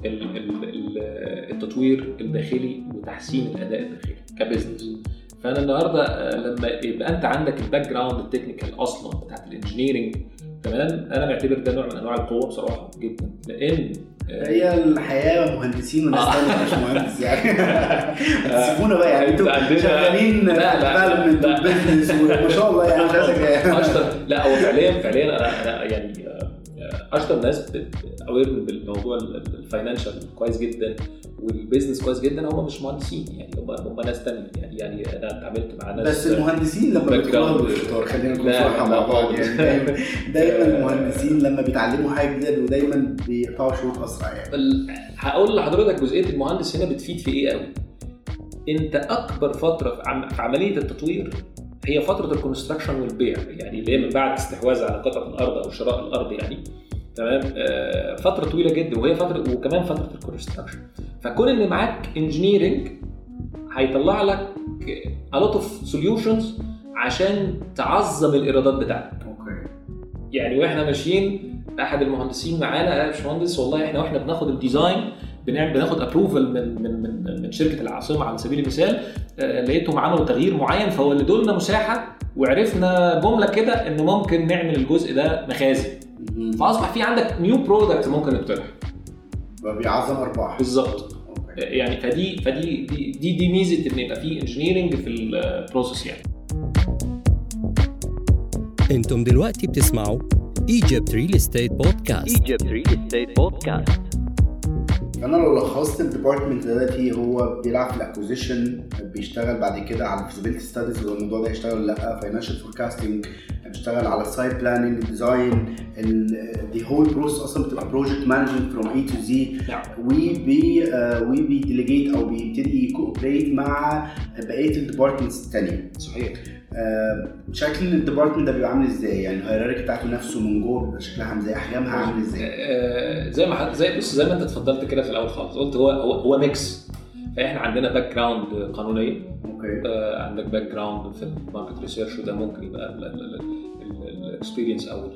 التطوير الداخلي وتحسين الاداء الداخلي كبزنس. فانا النهارده لما يبقى انت عندك الباك جراوند التكنيكال اصلا بتاعت الانجينيرنج تمام، انا بعتبر ده نوع من انواع القوه بصراحه جدا، لان هي الحياه مهندسين وناس ثانيه مش مهندس يعني سيبونا بقى يعني انتوا شغالين ديفلوبمنت وبزنس وما شاء الله يعني اشطر. لا هو فعليا فعليا انا يعني اشطر ناس اوير بالموضوع الفاينانشال كويس جدا والبيزنس كويس جدا هم مش مهندسين، يعني هم هم ناس ثانيه يعني يعني انا اتعاملت مع ناس بس المهندسين لما بيدخلوا بالفطار خلينا نكون صراحه مع بعض يعني دايما, دايما المهندسين لما بيتعلموا حاجه جديده ودايما بيقطعوا شوط اسرع. يعني هقول لحضرتك جزئيه المهندس هنا بتفيد في ايه قوي. انت اكبر فتره في عمليه التطوير هي فتره الكونستراكشن والبيع، يعني اللي هي من بعد استحواذ على قطعه الارض او شراء الارض يعني، تمام. آه فتره طويله جدا، وهي فتره وكمان فتره الكونستراكشن. فكون ان معاك انجينيرنج هيطلع لك a lot of solutions عشان تعظم الايرادات بتاعتك. اوكي. يعني واحنا ماشيين احد المهندسين معانا قال باشمهندس والله احنا واحنا بناخد الديزاين بنعمل بناخد ابروفل من من من من شركه العاصمه على سبيل المثال، آه لقيتهم عملوا تغيير معين فولدوا لنا مساحه وعرفنا جمله كده انه ممكن نعمل الجزء ده مخازن، فاصبح في عندك نيو برودكت ممكن يطرح فبيعظم ارباح. بالظبط. يعني فدي فدي دي دي, دي ميزه ان يبقى في انجينيرنج في البروسيس يعني. انتم دلوقتي بتسمعوا Egypt Real Estate Podcast. Egypt Real Estate Podcast. انا لو لخصت الديبارتمنت دلوقتي هو بيلعب في الاكوزيشن، بيشتغل بعد كده على الفيزيبيليتي ستاديز لو الموضوع ده يشتغل ولا لا، فاينانشال فوركاستنج، بيشتغل على السايت بلاننج، ديزاين، دي هول بروسس اصلا بتبقى بروجكت مانجمنت فروم اي تو زي، وبي وبي ديليجيت او بيبتدي كوبريت مع بقيه الديبارتمنتس الثانيه. صحيح. آه شكل الديبارتمنت ده بيبقى عامل ازاي؟ يعني الهيراركي بتاعته نفسه من جوه بيبقى شكلها عامل ازاي؟ احجامها عامل ازاي؟ آه زي ما زي بص زي ما انت اتفضلت كده في الاول خالص، قلت هو هو, هو ميكس. فاحنا عندنا باك جراوند قانونيه. اوكي. آه عندك باك جراوند في الماركت ريسيرش، وده ممكن يبقى الاكسبيرينس او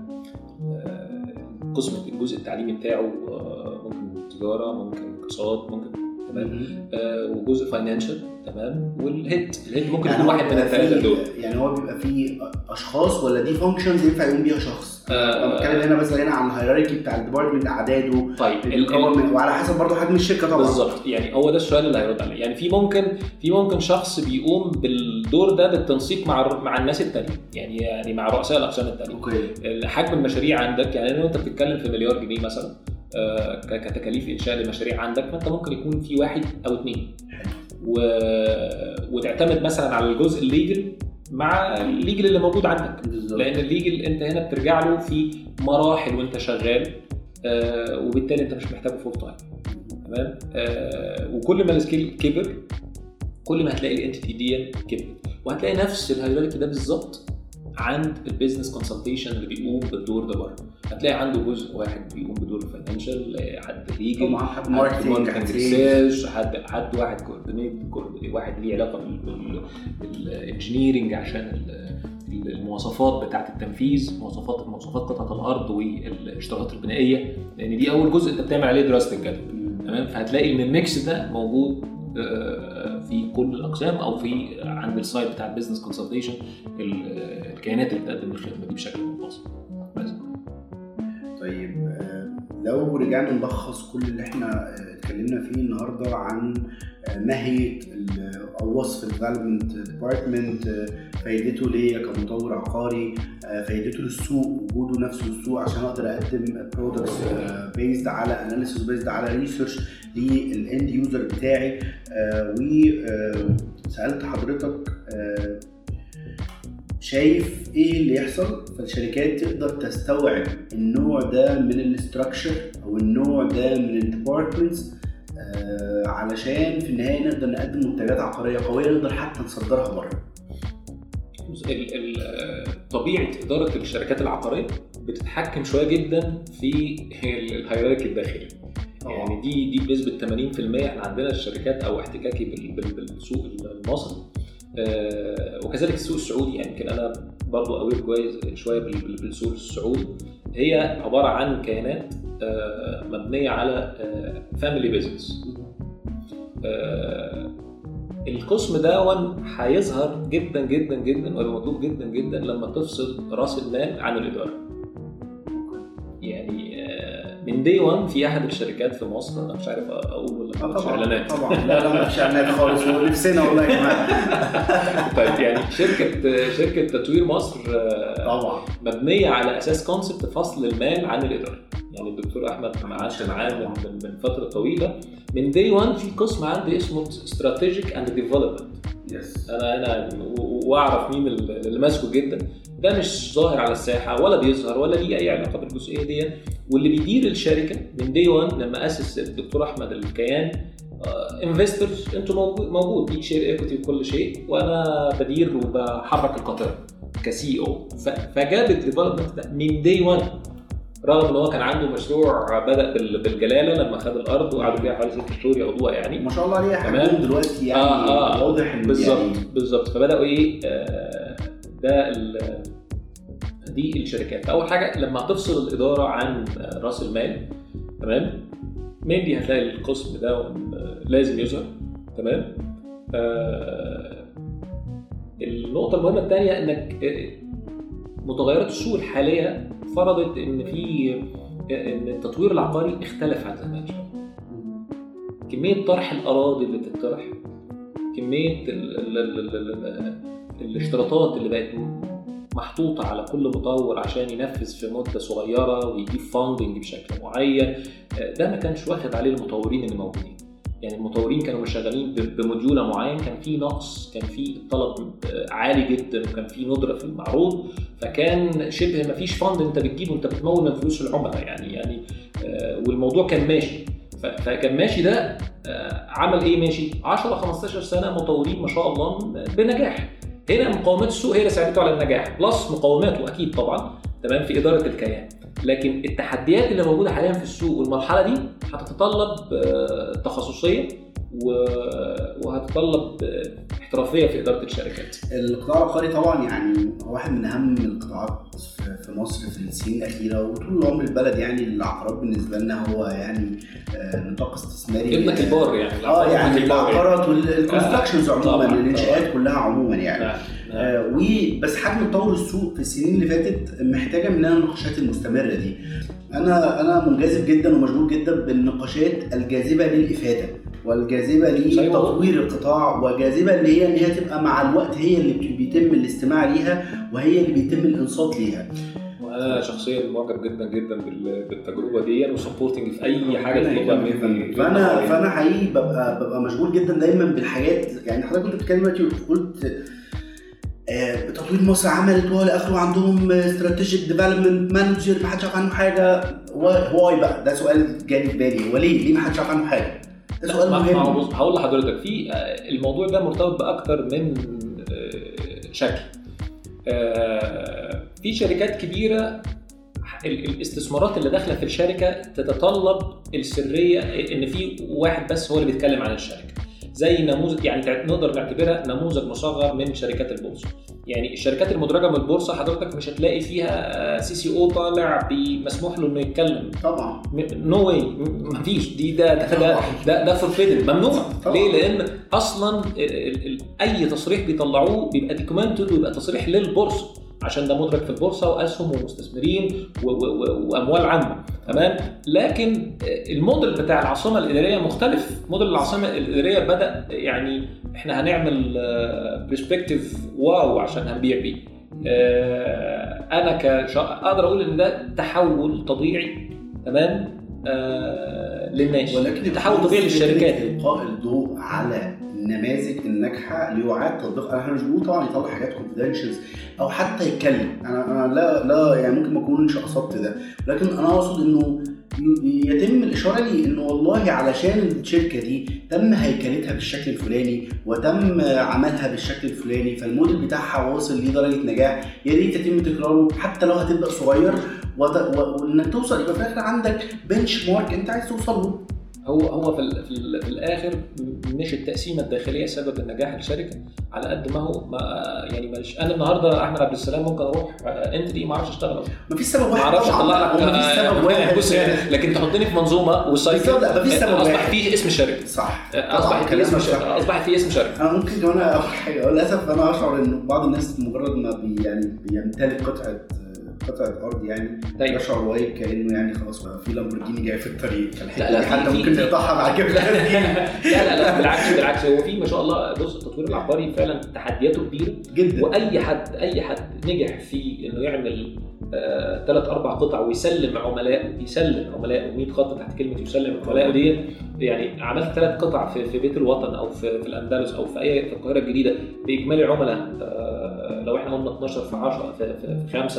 القسم الجزء التعليمي بتاعه، ممكن تجاره، ممكن اقتصاد، ممكن تمام، آه وجزء فاينانشال، تمام. والهيد الهيد ممكن يكون واحد من الثلاثه دول. يعني هو بيبقى فيه اشخاص ولا دي فانكشنز ينفع يقوم بيها شخص؟ انا بتكلم هنا بس هنا عن الهيراركي بتاع الديبارتمنت، اعداده، طيب ال وعلى حسب برضه حجم الشركه طبعا. بالظبط. يعني هو ده السؤال اللي هيرد عليه. يعني في ممكن في ممكن شخص بيقوم بالدور ده بالتنسيق مع مع الناس الثانيه، يعني يعني مع رؤساء الاقسام الثانيه. اوكي. حجم المشاريع عندك، يعني لو انت بتتكلم في مليار جنيه مثلا آه كتكاليف انشاء المشاريع عندك، فانت ممكن يكون في واحد او اثنين، و... وتعتمد مثلا على الجزء الليجل مع الليجل اللي موجود عندك. بالزبط. لان الليجل انت هنا بترجع له في مراحل وانت شغال، آه وبالتالي انت مش محتاجه فول تايم، تمام. آه وكل ما السكيل كبر كل ما هتلاقي الانتيتي دي كبر، وهتلاقي نفس الهيراركي ده بالظبط عند البيزنس كونسلتيشن اللي بيقوم بالدور ده بره. هتلاقي عنده جزء واحد بيقوم بدور الفاينانشال، حد ليجل، حد ماركتنج، حد ريسيرش، حد حد واحد كوردينيت، واحد ليه علاقه بالانجينيرنج عشان المواصفات بتاعه التنفيذ، مواصفات مواصفات قطعه الارض والاشتراطات البنائيه، لان دي اول جزء انت بتعمل عليه دراسه الجدوى، تمام. فهتلاقي ان الميكس ده موجود في كل الاقسام او في عند السايت بتاع البيزنس كونسلتيشن، الكيانات اللي بتقدم الخدمه دي بشكل منفصل. بس طيب لو رجعنا نلخص كل اللي احنا اتكلمنا فيه النهارده عن ماهيه او وصف الديفلوبمنت ديبارتمنت، فايدته ليا كمطور عقاري، فايدته للسوق، وجوده نفسه للسوق عشان اقدر اقدم برودكتس بيزد على اناليسيس بيزد على ريسيرش للاند يوزر بتاعي. وسالت حضرتك شايف ايه اللي يحصل فالشركات تقدر تستوعب النوع ده من الاستراكشر او النوع ده من الديبارتمنتس، آه علشان في النهايه نقدر نقدم منتجات عقاريه قويه نقدر حتى نصدرها بره. طبيعه اداره الشركات العقاريه بتتحكم شويه جدا في الهيراركي الداخلي. يعني دي دي بنسبه ثمانين بالمية احنا عندنا الشركات او احتكاكي بالسوق المصري، آه وكذلك السوق السعودي. يعني يمكن انا برضو اوير كويس شويه بالسوق السعودي. هي عباره عن كيانات آه مبنيه على فاميلي بيزنس. آه القسم ده هيظهر جدا جدا جدا ومطلوب جدا جدا لما تفصل راس المال عن الاداره. يعني من دي وان في احد الشركات في مصر، انا مش عارف اقول ولا مش اعلانات طبعا. لا لا مش اعلانات خالص، ونفسنا والله يا جماعه. طيب يعني شركه شركه تطوير مصر طبعا مبنيه على اساس كونسبت فصل المال عن الاداره. يعني الدكتور احمد قعدت معاه من, من فتره طويله. من دي وان في قسم عندي اسمه استراتيجيك اند ديفلوبمنت. يس انا انا واعرف مين اللي ماسكه جدا. ده مش ظاهر على الساحه ولا بيظهر ولا ليه اي علاقه بالجزئيه دي. واللي بيدير الشركه من دي وان لما اسس الدكتور احمد الكيان انفسترز انتوا موجود موجود ليك شير ايكوتي وكل شيء، وانا بدير وبحرك القطاع كسي او. فجاب الديفلوبمنت ده من دي واحد، رغم ان هو كان عنده مشروع بدا بالجلاله لما خد الارض وقعدوا فيها حوالي ست شهور ياخدوها يعني ما شاء الله عليه حجمهم دلوقتي يعني آه آه واضح ان بالظبط يعني بالظبط. فبداوا ايه آه ده دي الشركات. اول حاجه لما هتفصل الاداره عن راس المال، تمام، مينلي هتلاقي القسم ده لازم يظهر، تمام. آه النقطه المهمه الثانيه انك متغيرات السوق الحاليه فرضت ان في ان التطوير العقاري اختلف عن زمان شويه. كميه طرح الاراضي اللي بتطرح، كميه ال ال ال ال ال الاشتراطات اللي بقت محطوطه على كل مطور عشان ينفذ في مده صغيره ويجيب فاندنج بشكل معين، ده ما كانش واخد عليه المطورين اللي موجودين. يعني المطورين كانوا شغالين بموديوله معين، كان في نقص، كان في الطلب عالي جدا، وكان في ندره في المعروض، فكان شبه ما فيش فند انت بتجيبه، انت بتمول من فلوس العملاء يعني يعني والموضوع كان ماشي. فكان ماشي ده عمل ايه؟ ماشي عشرة خمستاشر سنه مطورين ما شاء الله بنجاح. هنا مقاومات السوق هي اللي ساعدته على النجاح، بلس مقاوماته اكيد طبعا، تمام، في اداره الكيان. لكن التحديات اللي موجوده حاليا في السوق والمرحله دي هتتطلب تخصصيه وهتتطلب احترافيه في اداره الشركات. القطاع العقاري طبعا يعني واحد من اهم القطاعات في مصر في السنين الاخيره، وطول عمر البلد يعني العقارات بالنسبه لنا هو يعني نطاق استثماري ابنك البار يعني اه يعني العقارات والكونستراكشنز عموما، الانشاءات كلها عموما يعني نعم. آه وبس حجم تطور السوق في السنين اللي فاتت محتاجه مننا النقاشات المستمره دي. انا انا منجذب جدا ومشغول جدا بالنقاشات الجاذبه للافاده والجاذبه لتطوير القطاع، وجاذبه اللي هي ان هي تبقى مع الوقت هي اللي بيتم الاستماع ليها وهي اللي بيتم الانصات ليها. وانا شخصيا معجب جدا جدا بالتجربه دي وسبورتنج في اي حاجه تطلبها مني. فانا فانا حقيقي ببقى ببقى مشغول جدا دايما بالحاجات. يعني حضرتك كنت بتتكلم دلوقتي وقلت تطوير مصر عملت ولا اخره عندهم استراتيجيك ديفلوبمنت مانجر ما حدش عارف عنه حاجه. واي بقى ده سؤال جالي في بالي، هو ليه ليه ما حدش عارف عنه حاجه؟ ده سؤال مهم. هقول لحضرتك في الموضوع ده مرتبط باكتر من شكل. في شركات كبيره الاستثمارات اللي داخله في الشركه تتطلب السريه، ان في واحد بس هو اللي بيتكلم عن الشركه، زي نموذج يعني نقدر نعتبرها نموذج مصغر من شركات البورصه. يعني الشركات المدرجه من البورصه حضرتك مش هتلاقي فيها سي سي او طالع بمسموح له انه يتكلم طبعا، نو واي، مفيش. دي ده ده ده, ده فورفيدن، ممنوع. ليه؟ لان اصلا اي تصريح بيطلعوه بيبقى دوكيومنتد ويبقى تصريح للبورصه، عشان ده مدرج في البورصه واسهم ومستثمرين واموال عامه، تمام. لكن الموديل بتاع العاصمه الاداريه مختلف. موديل العاصمه الاداريه بدا يعني احنا هنعمل برسبكتيف واو عشان هنبيع بيه. انا كشا اقدر اقول ان ده تحول طبيعي، تمام، للناس، ولكن تحول طبيعي للشركات. القاء الضوء على النماذج الناجحه ليعاد تطبيقها. احنا مش بنقول طبعا يطلع حاجات كونفيدنشالز او حتى يتكلم، انا انا لا لا يعني ممكن ما اكونش قصدت ده، لكن انا اقصد انه يتم الاشاره لي انه والله علشان الشركه دي تم هيكلتها بالشكل الفلاني وتم عملها بالشكل الفلاني، فالموديل بتاعها واصل لدرجه نجاح، يا ريت يتم تكراره حتى لو هتبدا صغير، وانك توصل يبقى في الاخر عندك بنش مارك انت عايز توصل له. هو هو في, ال في, ال في الاخر مش التقسيمه الداخليه سبب النجاح الشركه على قد ما هو ما يعني مش انا النهارده احمد عبد السلام ممكن اروح انت دي ما اعرفش اشتغل، مفيش سبب واحد، ما اعرفش اطلع لك، مفيش سبب واحد، بص يعني لكن تحطني في منظومه والسايت مفيش سبب واحد، اصبح فيه اسم شركه، صح، اصبح فيه اسم شركه، اصبح فيه اسم شركه. انا ممكن كمان اقول حاجه، للاسف انا اشعر ان بعض الناس مجرد ما بي يعني بيمتلك قطعه قطعه ارض يعني يشعر واي كانه يعني خلاص في لامبورجيني جاي في الطريق، لا لا حتى ممكن نقطعها بعد كده. لا لا لا بالعكس بالعكس، هو في ما شاء الله بص التطوير العقاري فعلا تحدياته كبيره جدا، واي حد اي حد نجح في انه يعمل ثلاث آه اربع قطع ويسلم عملاء يسلم عملاء مية خط تحت كلمه يسلم عملاء دي. يعني عملت ثلاث قطع في, في بيت الوطن او في, في الاندلس او في اي في القاهره الجديده باجمالي عملاء آه لو احنا قلنا اتناشر في عشرة في, في, في خمسة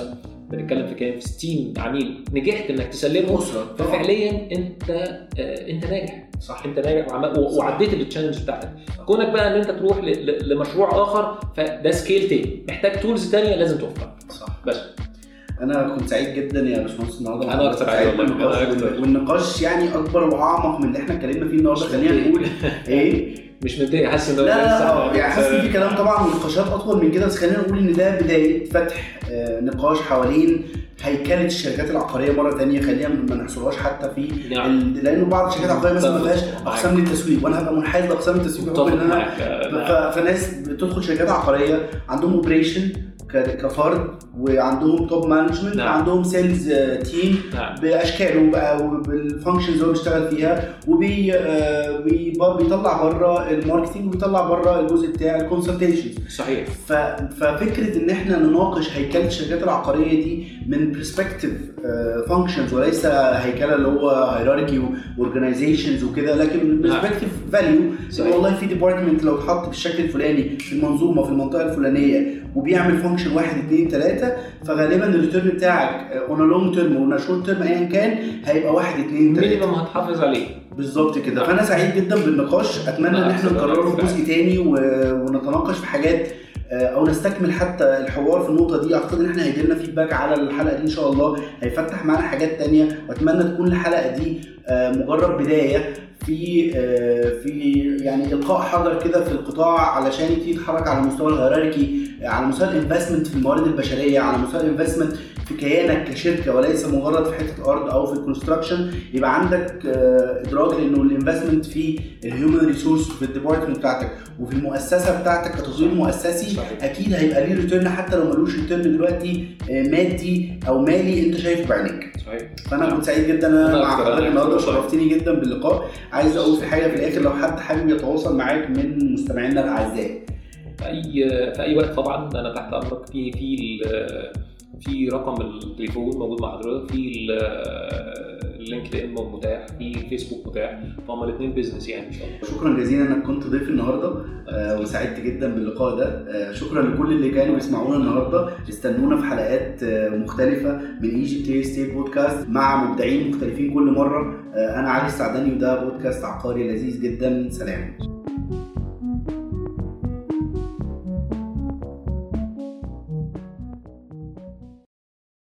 بنتكلم في كام في ستين عميل نجحت انك تسلمه، ففعليا انت آه انت ناجح صح، انت ناجح وعديت التشالنج بتاعتك. كونك بقى ان انت تروح لمشروع اخر فده سكيل تاني، محتاج تولز تانية لازم توفر. صح. بس انا كنت سعيد جدا يا باشمهندس النهارده، انا اكتر عايز والله، والنقاش يعني اكبر واعمق من اللي احنا اتكلمنا فيه النهارده. خلينا نقول ايه، مش متضايق، حاسس ان لا لا يعني حاسس ان في كلام طبعا ونقاشات اطول من كده، بس خلينا نقول ان ده بدايه فتح آه نقاش حوالين هيكله الشركات العقاريه مره ثانيه. خلينا ما نحصرهاش حتى في نعم. ال... لانه بعض الشركات العقاريه مثلا ما فيهاش اقسام للتسويق، وانا هبقى منحاز لاقسام التسويق بحكم ان انا ف... فناس بتدخل شركات عقاريه عندهم اوبريشن كفرد وعندهم توب مانجمنت، نعم. عندهم سيلز تيم، نعم. باشكاله بقى وبالفانكشنز اللي بيشتغل فيها، وبي بيطلع بره الماركتنج وبيطلع بره الجزء بتاع الكونسلتيشنز. صحيح. ف... ففكره ان احنا نناقش هيكله الشركات العقاريه دي من برسبكتيف فانكشنز وليس هيكله اللي هو هيراركي واورجنايزيشنز وكده، لكن من برسبكتيف فاليو. والله في ديبارتمنت لو اتحط بالشكل الفلاني في المنظومه في المنطقه الفلانيه وبيعمل فانكشن واحد اثنين ثلاثة، فغالبا الريتيرن بتاعك اون لونج تيرم ولا شورت تيرم ايا كان هيبقى واحد اثنين ثلاثة مينيمم هتحافظ عليه. بالظبط كده. فانا سعيد جدا بالنقاش، اتمنى ان احنا نكرره في جزء تاني ونتناقش في حاجات او نستكمل حتى الحوار في النقطه دي. اعتقد ان احنا هيجي لنا فيدباك على الحلقه دي ان شاء الله، هيفتح معانا حاجات تانية، واتمنى تكون الحلقه دي مجرد بدايه في في يعني القاء حجر كده في القطاع علشان يبتدي يتحرك على مستوى الهيراركي، على مستوى الانفستمنت في الموارد البشريه، على مستوى الانفستمنت في كيانك كشركه وليس مجرد في حته ارض او في الكونستراكشن. يبقى عندك ادراك لانه الانفستمنت في الهيومن ريسورس في الديبارتمنت بتاعتك وفي المؤسسه بتاعتك كتطوير مؤسسي، صحيح. اكيد هيبقى ليه ريتيرن حتى لو ملوش ريتيرن دلوقتي مادي او مالي انت شايفه بعينيك. صحيح. فانا كنت سعيد جدا انا مع حضرتك النهارده وشرفتني جدا باللقاء. عايز اقول في حاجه في الاخر، لو حد حابب يتواصل معاك من مستمعينا الاعزاء في اي في اي وقت طبعا انا تحت امرك. في في في رقم التليفون موجود مع حضرتك، في اللينكد ان متاح، في الفيسبوك متاح، فهم الاثنين بيزنس يعني ان شاء الله. شكرا جزيلا انك كنت ضيف النهارده آه وسعدت جدا باللقاء ده. آه شكرا لكل اللي كانوا بيسمعونا النهارده. استنونا في حلقات آه مختلفه من ايجيبت ريل استيت بودكاست مع مبدعين مختلفين كل مره. آه انا علي السعداني وده بودكاست عقاري لذيذ جدا. سلام.